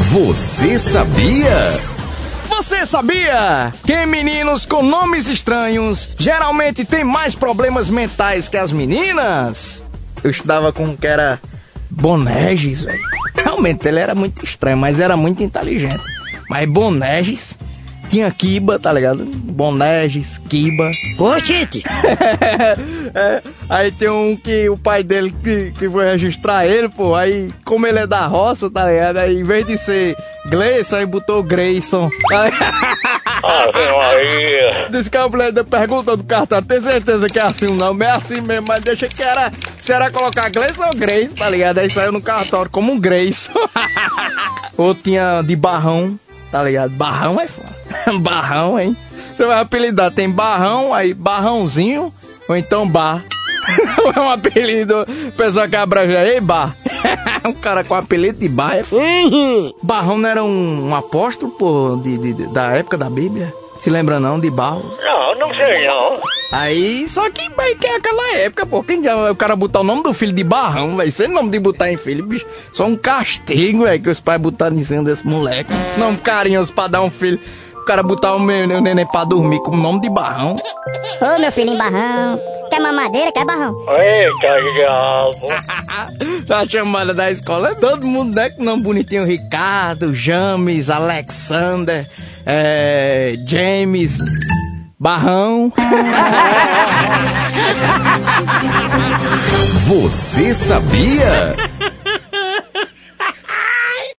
Você sabia? Você sabia que meninos com nomes estranhos geralmente têm mais problemas mentais que as meninas? Eu estudava com um que era Bonerges, velho. Realmente ele era muito estranho, mas era muito inteligente. Mas Bonerges tinha Kiba, tá ligado? Bonerges, Kiba. Oxente! Aí tem um que o pai dele que foi registrar ele, pô. Aí, como ele é da roça, tá ligado? Aí, em vez de ser Gleison, aí botou Grayson. Disse que a mulher pergunta do cartório: tem certeza que é assim o nome? É assim mesmo, mas deixa que era. Se era colocar Gleison ou Grace, tá ligado? Aí saiu no cartório como um Grayson. Ou tinha de Barrão, tá ligado? Barrão é foda. Barrão, hein? Você vai apelidar, tem Barrão, aí Barrãozinho, ou então Bar. É um apelido, o pessoal que abreviar, ei Bar. Um cara com apelido de Bar é foda. Barrão não era um apóstolo, pô, da época da Bíblia? Se lembra não, de Barro? Não sei não. Aí, só que é aquela época, pô, quem já o cara botar o nome do filho de Barrão, velho, sem nome de botar em filho, bicho, só um castigo, velho, que os pais botaram em cima desse moleque. Nome carinhoso pra dar um filho. O cara botar o meu neném pra dormir com o nome de Barrão. Ô, meu filhinho Barrão, quer mamadeira, quer Barrão? Eita, diabo. Na chamada da escola, todo mundo, né, com nome bonitinho: Ricardo, James, Alexander, James, Barrão. Você sabia?